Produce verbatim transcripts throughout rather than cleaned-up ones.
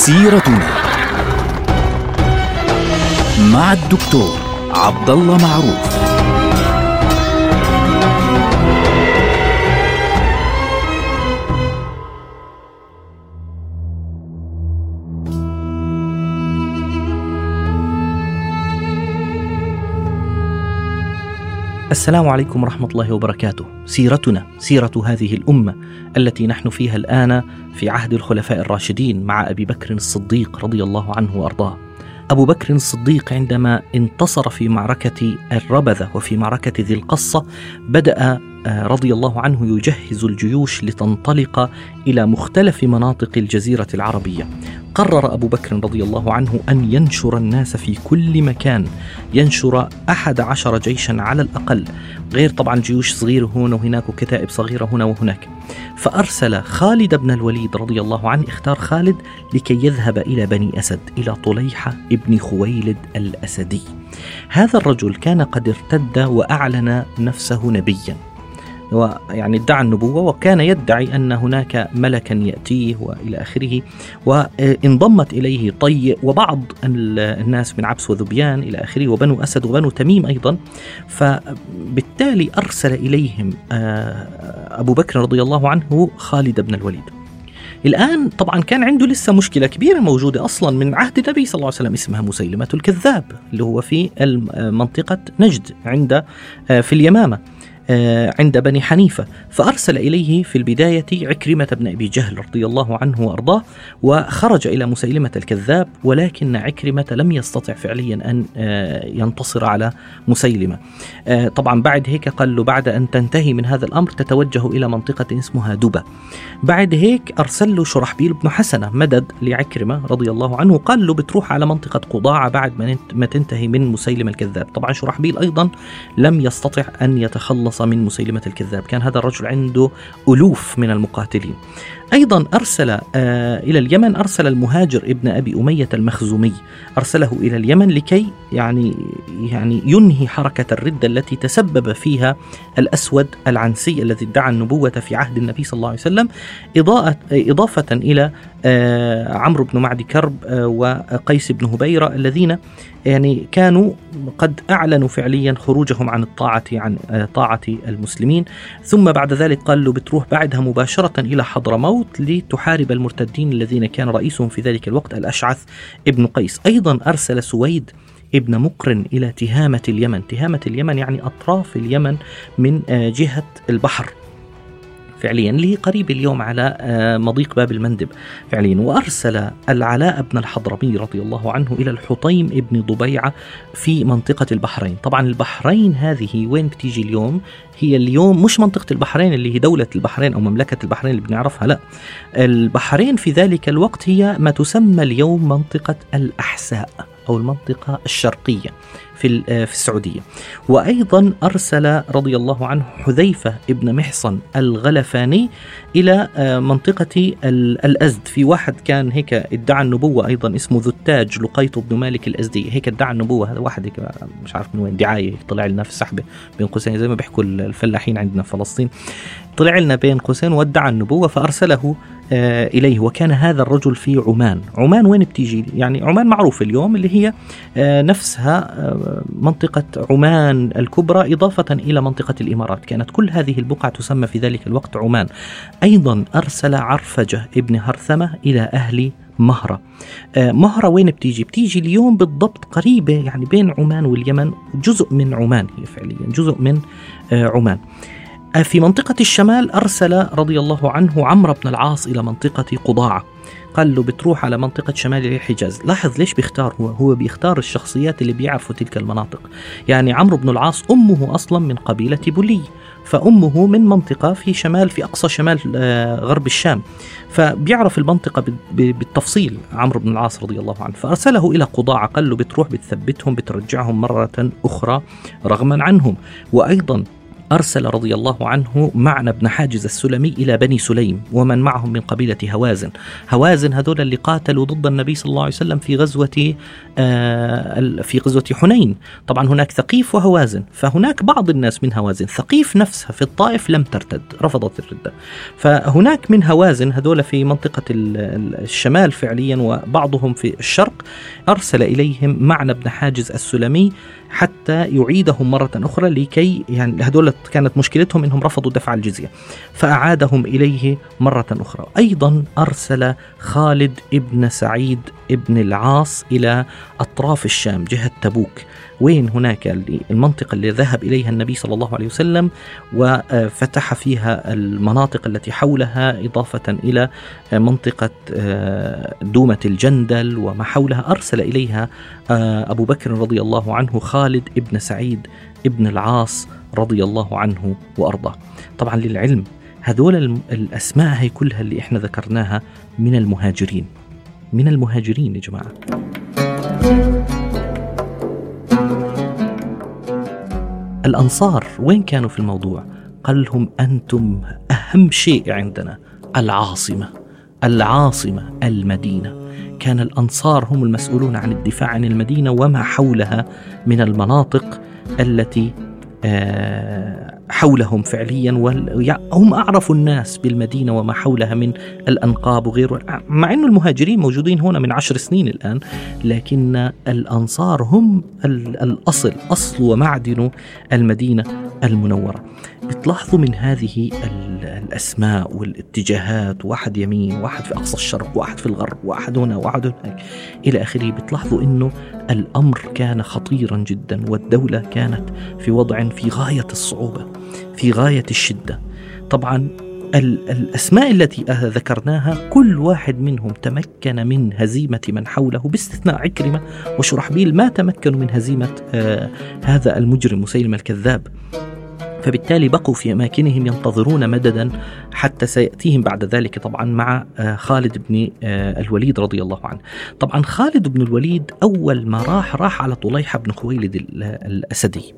سيرتنا مع الدكتور عبد الله معروف. السلام عليكم ورحمة الله وبركاته. سيرتنا سيرة هذه الأمة التي نحن فيها الآن في عهد الخلفاء الراشدين مع أبي بكر الصديق رضي الله عنه وأرضاه. أبو بكر الصديق عندما انتصر في معركة الربذة وفي معركة ذي القصة بدأ رضي الله عنه يجهز الجيوش لتنطلق إلى مختلف مناطق الجزيرة العربية. قرر أبو بكر رضي الله عنه أن ينشر الناس في كل مكان، ينشر أحد عشر جيشا على الأقل، غير طبعا جيوش صغيرة هنا وهناك وكتائب صغيرة هنا وهناك. فأرسل خالد بن الوليد رضي الله عنه، اختار خالد لكي يذهب إلى بني أسد، إلى طليحة ابن خويلد الأسدي. هذا الرجل كان قد ارتد وأعلن نفسه نبيا، ويعني ادعى النبوة وكان يدعي أن هناك ملكا يأتيه وإلى آخره. وانضمت إليه طي وبعض الناس من عبس وذبيان إلى آخره وبنو أسد وبنو تميم أيضا. فبالتالي أرسل إليهم أبو بكر رضي الله عنه خالد بن الوليد. الآن طبعا كان عنده لسه مشكلة كبيرة موجودة أصلا من عهد النبي صلى الله عليه وسلم، اسمها مسيلمة الكذاب، اللي هو في منطقة نجد عند في اليمامة عند بني حنيفة. فأرسل إليه في البداية عكرمة بن أبي جهل رضي الله عنه وأرضاه، وخرج إلى مسيلمة الكذاب، ولكن عكرمة لم يستطع فعليا أن ينتصر على مسيلمة. طبعا بعد هيك قال له بعد أن تنتهي من هذا الأمر تتوجه إلى منطقة اسمها دبا. بعد هيك أرسل له شرحبيل بن حسنة مدد لعكرمة رضي الله عنه، قال له بتروح على منطقة قضاعة بعد ما تنتهي من مسيلمة الكذاب. طبعا شرحبيل أيضا لم يستطع أن يتخلص من مسيلمة الكذاب، كان هذا الرجل عنده ألوف من المقاتلين. أيضا أرسل آه إلى اليمن، أرسل المهاجر ابن أبي أمية المخزومي، أرسله إلى اليمن لكي يعني يعني ينهي حركة الردة التي تسبب فيها الأسود العنسي الذي ادعى النبوة في عهد النبي صلى الله عليه وسلم، إضافة إلى آه عمرو بن معدي كرب آه وقيس بن هبيرة الذين يعني كانوا قد أعلنوا فعليا خروجهم عن الطاعة عن آه طاعة المسلمين. ثم بعد ذلك قال له بتروح بعدها مباشرة إلى حضرموت لتحارب المرتدين الذين كان رئيسهم في ذلك الوقت الأشعث ابن قيس. أيضا أرسل سويد ابن مقرن إلى تهامة اليمن. تهامة اليمن يعني أطراف اليمن من آه جهة البحر فعليا، اللي قريب اليوم على مضيق باب المندب فعليا. وأرسل العلاء بن الحضرمي رضي الله عنه إلى الحطيم ابن ضبيعة في منطقة البحرين. طبعا البحرين هذه وين بتيجي اليوم؟ هي اليوم مش منطقة البحرين اللي هي دولة البحرين أو مملكة البحرين اللي بنعرفها، لا، البحرين في ذلك الوقت هي ما تسمى اليوم منطقة الأحساء أو المنطقة الشرقية في في السعودية. وأيضا أرسل رضي الله عنه حذيفة ابن محصن الغلفاني إلى منطقة الأزد. في واحد كان هيك ادعى النبوة أيضا اسمه ذو التاج لقيط بن مالك الأزدي، هيك ادعى النبوة. هذا واحد هيك مش عارف من وين، دعاية طلع لنا في السحبة بين قوسين زي ما بيحكوا الفلاحين عندنا في فلسطين، طلع لنا بين قوسين وادعى النبوة فأرسله آه إليه. وكان هذا الرجل في عمان. عمان وين بتيجي؟ يعني عمان معروف اليوم اللي هي آه نفسها آه منطقة عمان الكبرى إضافة إلى منطقة الإمارات، كانت كل هذه البقعة تسمى في ذلك الوقت عمان. أيضا أرسل عرفجة ابن هرثمة إلى أهل مهرة. آه مهرة وين بتيجي؟ بتيجي اليوم بالضبط قريبة يعني بين عمان واليمن، جزء من عمان هي فعليا جزء من آه عمان. في منطقة الشمال أرسل رضي الله عنه عمرو بن العاص إلى منطقة قضاعة، قال له بتروح على منطقة شمال الحجاز. لاحظ ليش بيختار هو هو بيختار الشخصيات اللي بيعرفوا تلك المناطق. يعني عمرو بن العاص أمه أصلا من قبيلة بولي، فأمه من منطقة في شمال في أقصى شمال غرب الشام، فبيعرف المنطقة بالتفصيل عمرو بن العاص رضي الله عنه. فأرسله إلى قضاعة، قال له بتروح بتثبتهم بترجعهم مرة أخرى رغما عنهم. وأيضا أرسل رضي الله عنه معنى بن حاجز السلمي إلى بني سليم ومن معهم من قبيلة هوازن. هوازن هذول اللي قاتلوا ضد النبي صلى الله عليه وسلم في غزوة آه في غزوة حنين. طبعا هناك ثقيف وهوازن، فهناك بعض الناس من هوازن. ثقيف نفسها في الطائف لم ترتد، رفضت الردة، فهناك من هوازن هذول في منطقة الشمال فعليا وبعضهم في الشرق، أرسل إليهم معنى بن حاجز السلمي حتى يعيدهم مرة أخرى، لكي يعني هذول كانت مشكلتهم إنهم رفضوا دفع الجزية، فأعادهم إليه مرة أخرى. أيضا أرسل خالد ابن سعيد ابن العاص إلى أطراف الشام جهة تبوك، وين هناك المنطقة اللي ذهب إليها النبي صلى الله عليه وسلم وفتح فيها المناطق التي حولها، إضافة إلى منطقة دومة الجندل وما حولها. أرسل إليها أبو بكر رضي الله عنه خالد ابن سعيد ابن العاص رضي الله عنه وأرضاه. طبعا للعلم هذول الأسماء هي كلها اللي إحنا ذكرناها من المهاجرين، من المهاجرين يا جماعة. الأنصار وين كانوا في الموضوع؟ قال لهم أنتم أهم شيء عندنا العاصمة، العاصمة المدينة. كان الأنصار هم المسؤولون عن الدفاع عن المدينة وما حولها من المناطق التي حولهم فعليا، وهم أعرف الناس بالمدينة وما حولها من الأنقاب وغيره، مع أن المهاجرين موجودين هنا من عشر سنين الآن، لكن الأنصار هم الأصل، أصل ومعدن المدينة المنورة. بتلاحظوا من هذه الأسماء والاتجاهات، واحد يمين، واحد في أقصى الشرق، واحد في الغرب، واحد هنا واحد هناك إلى آخره، بتلاحظوا أنه الأمر كان خطيرا جدا، والدولة كانت في وضع في غاية الصعوبة، في غاية الشدة. طبعا الأسماء التي ذكرناها كل واحد منهم تمكن من هزيمة من حوله، باستثناء عكرمة وشرحبيل ما تمكنوا من هزيمة آه هذا المجرم مسيلمة الكذاب، فبالتالي بقوا في أماكنهم ينتظرون مددا حتى سيأتيهم بعد ذلك طبعا مع خالد بن الوليد رضي الله عنه. طبعا خالد بن الوليد أول ما راح راح على طليحة بن خويلد الأسدي،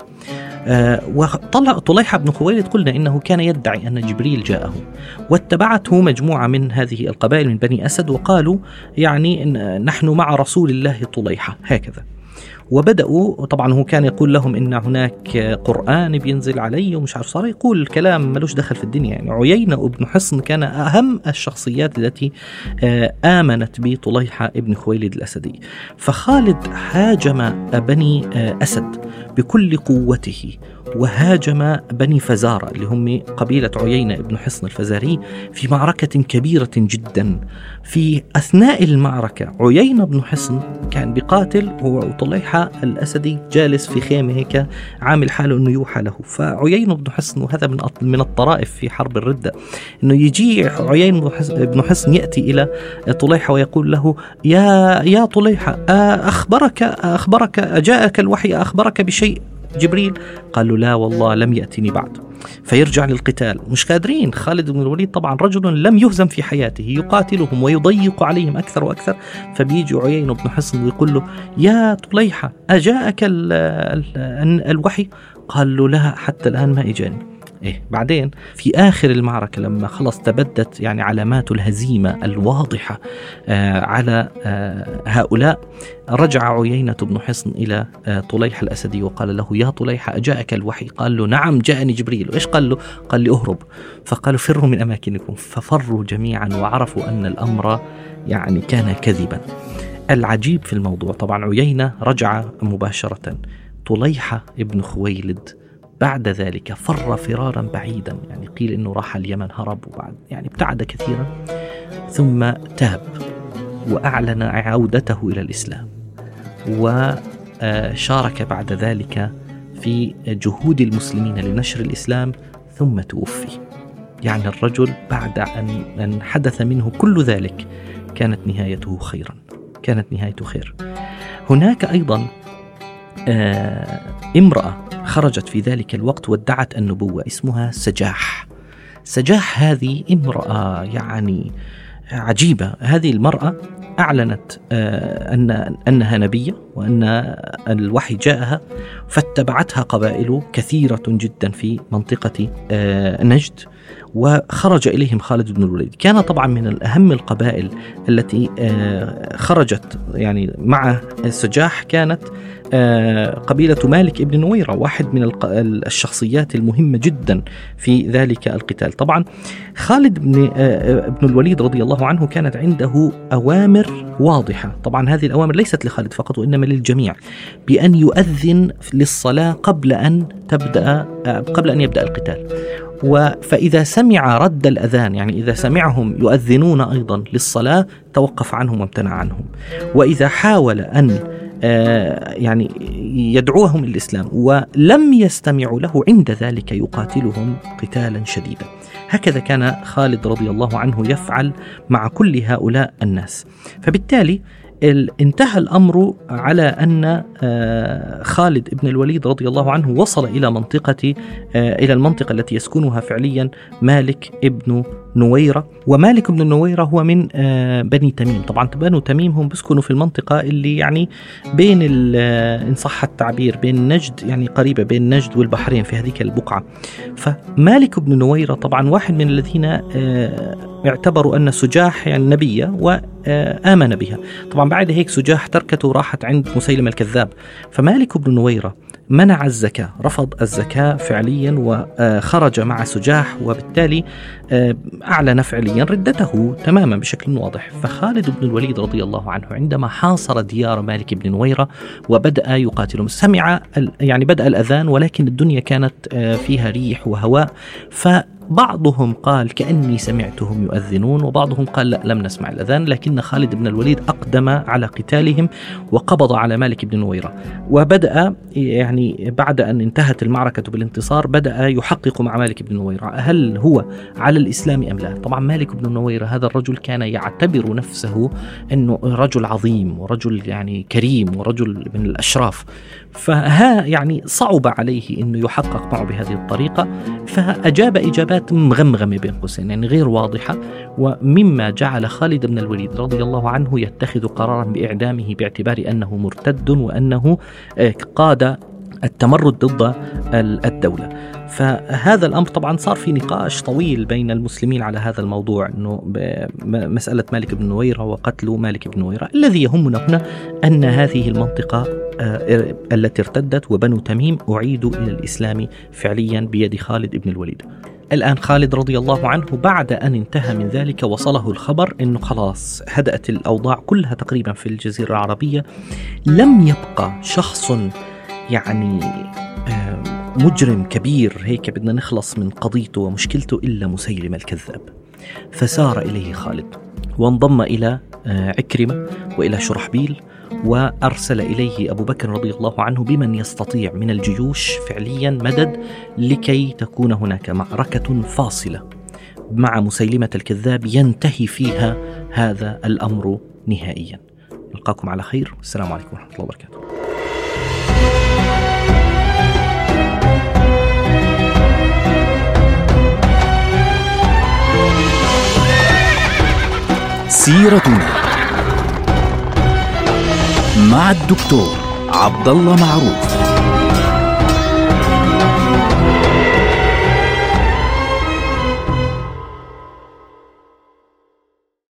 وطلع طليحة بن خويلد قلنا إنه كان يدعي أن جبريل جاءه، واتبعته مجموعة من هذه القبائل من بني أسد وقالوا يعني إن نحن مع رسول الله طليحة هكذا. وبدأوا طبعا هو كان يقول لهم إن هناك قرآن بينزل علي ومش عارف، صار يقول كلام ملوش دخل في الدنيا. يعني عيينة ابن حصن كان أهم الشخصيات التي آمنت بطليحة ابن خويلد الأسدي. فخالد هاجم بني أسد بكل قوته، وهاجم بني فزارة اللي هم قبيلة عيينة ابن حصن الفزاري في معركة كبيرة جدا. في أثناء المعركة عيينة بن حصن كان بقاتل، هو وطليحة الأسدي جالس في خيمة هيك عامل حاله أنه يوحى له. فعيينة بن حصن، وهذا من من الطرائف في حرب الردة، أنه يجي عيينة بن حصن يأتي إلى طليحة ويقول له يا يا طليحة أخبرك أخبرك أجاءك الوحي، أخبرك بشيء جبريل؟ قال له لا والله لم يأتني بعد. فيرجع للقتال، مش قادرين. خالد بن الوليد طبعا رجل لم يهزم في حياته، يقاتلهم ويضيق عليهم أكثر وأكثر. فبيجي عيينة بن حصن ويقول له يا طليحة أجاءك ال ال الوحي؟ قال له لا حتى الآن ما إجاني. إيه بعدين في آخر المعركة لما خلص تبدت يعني علامات الهزيمة الواضحة آه على آه هؤلاء، رجع عيينة بن حصن إلى آه طليحة الأسدي وقال له يا طليحة أجاءك الوحي؟ قال له نعم جاءني جبريل. وإيش قال له؟ قال لي أهرب. فقالوا فروا من أماكنكم، ففروا جميعا وعرفوا أن الأمر يعني كان كذبا. العجيب في الموضوع طبعا عيينة رجع مباشرة، طليحة ابن خويلد بعد ذلك فر فرارا بعيدا، يعني قيل إنه راح اليمن هرب، وبعد يعني ابتعد كثيرا، ثم تاب وأعلن عودته إلى الإسلام، وشارك بعد ذلك في جهود المسلمين لنشر الإسلام، ثم توفي. يعني الرجل بعد أن حدث منه كل ذلك كانت نهايته خيرا، كانت نهايته خير. هناك أيضا امرأة خرجت في ذلك الوقت وادعت النبوة، اسمها سجاح. سجاح هذه امرأة يعني عجيبة. هذه المرأة أعلنت أن أنها نبية وأن الوحي جاءها، فاتبعتها قبائل كثيرة جدا في منطقة نجد، وخرج إليهم خالد بن الوليد. كان طبعا من أهم القبائل التي خرجت يعني مع السجاح كانت قبيلة مالك ابن نويرة، واحد من الشخصيات المهمة جدا في ذلك القتال. طبعا خالد بن ابن الوليد رضي الله عنه كانت عنده أوامر واضحة، طبعا هذه الأوامر ليست لخالد فقط وإنما للجميع، بأن يؤذن للصلاة قبل أن تبدأ قبل أن يبدأ القتال. فإذا سمع رد الأذان، يعني إذا سمعهم يؤذنون أيضا للصلاة، توقف عنهم وامتنع عنهم. وإذا حاول أن يعني يدعوهم للإسلام ولم يستمعوا له، عند ذلك يقاتلهم قتالا شديدا. هكذا كان خالد رضي الله عنه يفعل مع كل هؤلاء الناس. فبالتالي انتهى الأمر على أن خالد بن الوليد رضي الله عنه وصل إلى منطقة إلى المنطقة التي يسكنها فعليا مالك ابن نويرة. ومالك بن نويرة هو من بني تميم. طبعا بنو تميم هم بيسكنوا في المنطقة اللي يعني بين إن صح التعبير بين نجد، يعني قريبة بين نجد والبحرين في هذه البقعة. فمالك بن نويرة طبعا واحد من الذين اعتبروا أن سجاح يعني نبية وآمن بها. طبعا بعد هيك سجاح تركته وراحت عند مسيلمة الكذاب. فمالك بن نويرة منع الزكاة، رفض الزكاة فعليا وخرج مع سجاح، وبالتالي أعلن فعليا ردته تماما بشكل واضح. فخالد بن الوليد رضي الله عنه عندما حاصر ديار مالك بن نويرة وبدأ يقاتلهم، سمع يعني بدأ الأذان ولكن الدنيا كانت فيها ريح وهواء، ف بعضهم قال كأني سمعتهم يؤذنون، وبعضهم قال لا لم نسمع الأذان. لكن خالد بن الوليد أقدم على قتالهم وقبض على مالك بن نويرة، وبدأ يعني بعد أن انتهت المعركة بالانتصار بدأ يحقق مع مالك بن نويرة هل هو على الإسلام أم لا. طبعا مالك بن نويرة هذا الرجل كان يعتبر نفسه أنه رجل عظيم ورجل يعني كريم ورجل من الأشراف، فها يعني صعب عليه أنه يحقق معه بهذه الطريقة، فأجاب إجابات مغمغمة بين قوسين يعني غير واضحة، ومما جعل خالد بن الوليد رضي الله عنه يتخذ قرارا بإعدامه باعتبار أنه مرتد وأنه قاد التمرد ضد الدولة. فهذا الأمر طبعا صار في نقاش طويل بين المسلمين على هذا الموضوع، أنه مسألة مالك بن نويرة وقتل مالك بن نويرة. الذي يهمنا هنا أن هذه المنطقة التي ارتدت وبنو تميم أعيدوا إلى الإسلام فعليا بيد خالد بن الوليد. الآن خالد رضي الله عنه بعد أن انتهى من ذلك وصله الخبر أنه خلاص هدأت الأوضاع كلها تقريبا في الجزيرة العربية، لم يبقى شخص يعني مجرم كبير هيك بدنا نخلص من قضيته ومشكلته إلا مسيلمة الكذاب. فسار إليه خالد وانضم إلى عكرمة وإلى شرحبيل، وأرسل إليه أبو بكر رضي الله عنه بمن يستطيع من الجيوش فعليا مدد لكي تكون هناك معركة فاصلة مع مسيلمة الكذاب ينتهي فيها هذا الأمر نهائيا. نلقاكم على خير، والسلام عليكم ورحمة الله وبركاته. سيرتنا مع الدكتور عبد الله معروف.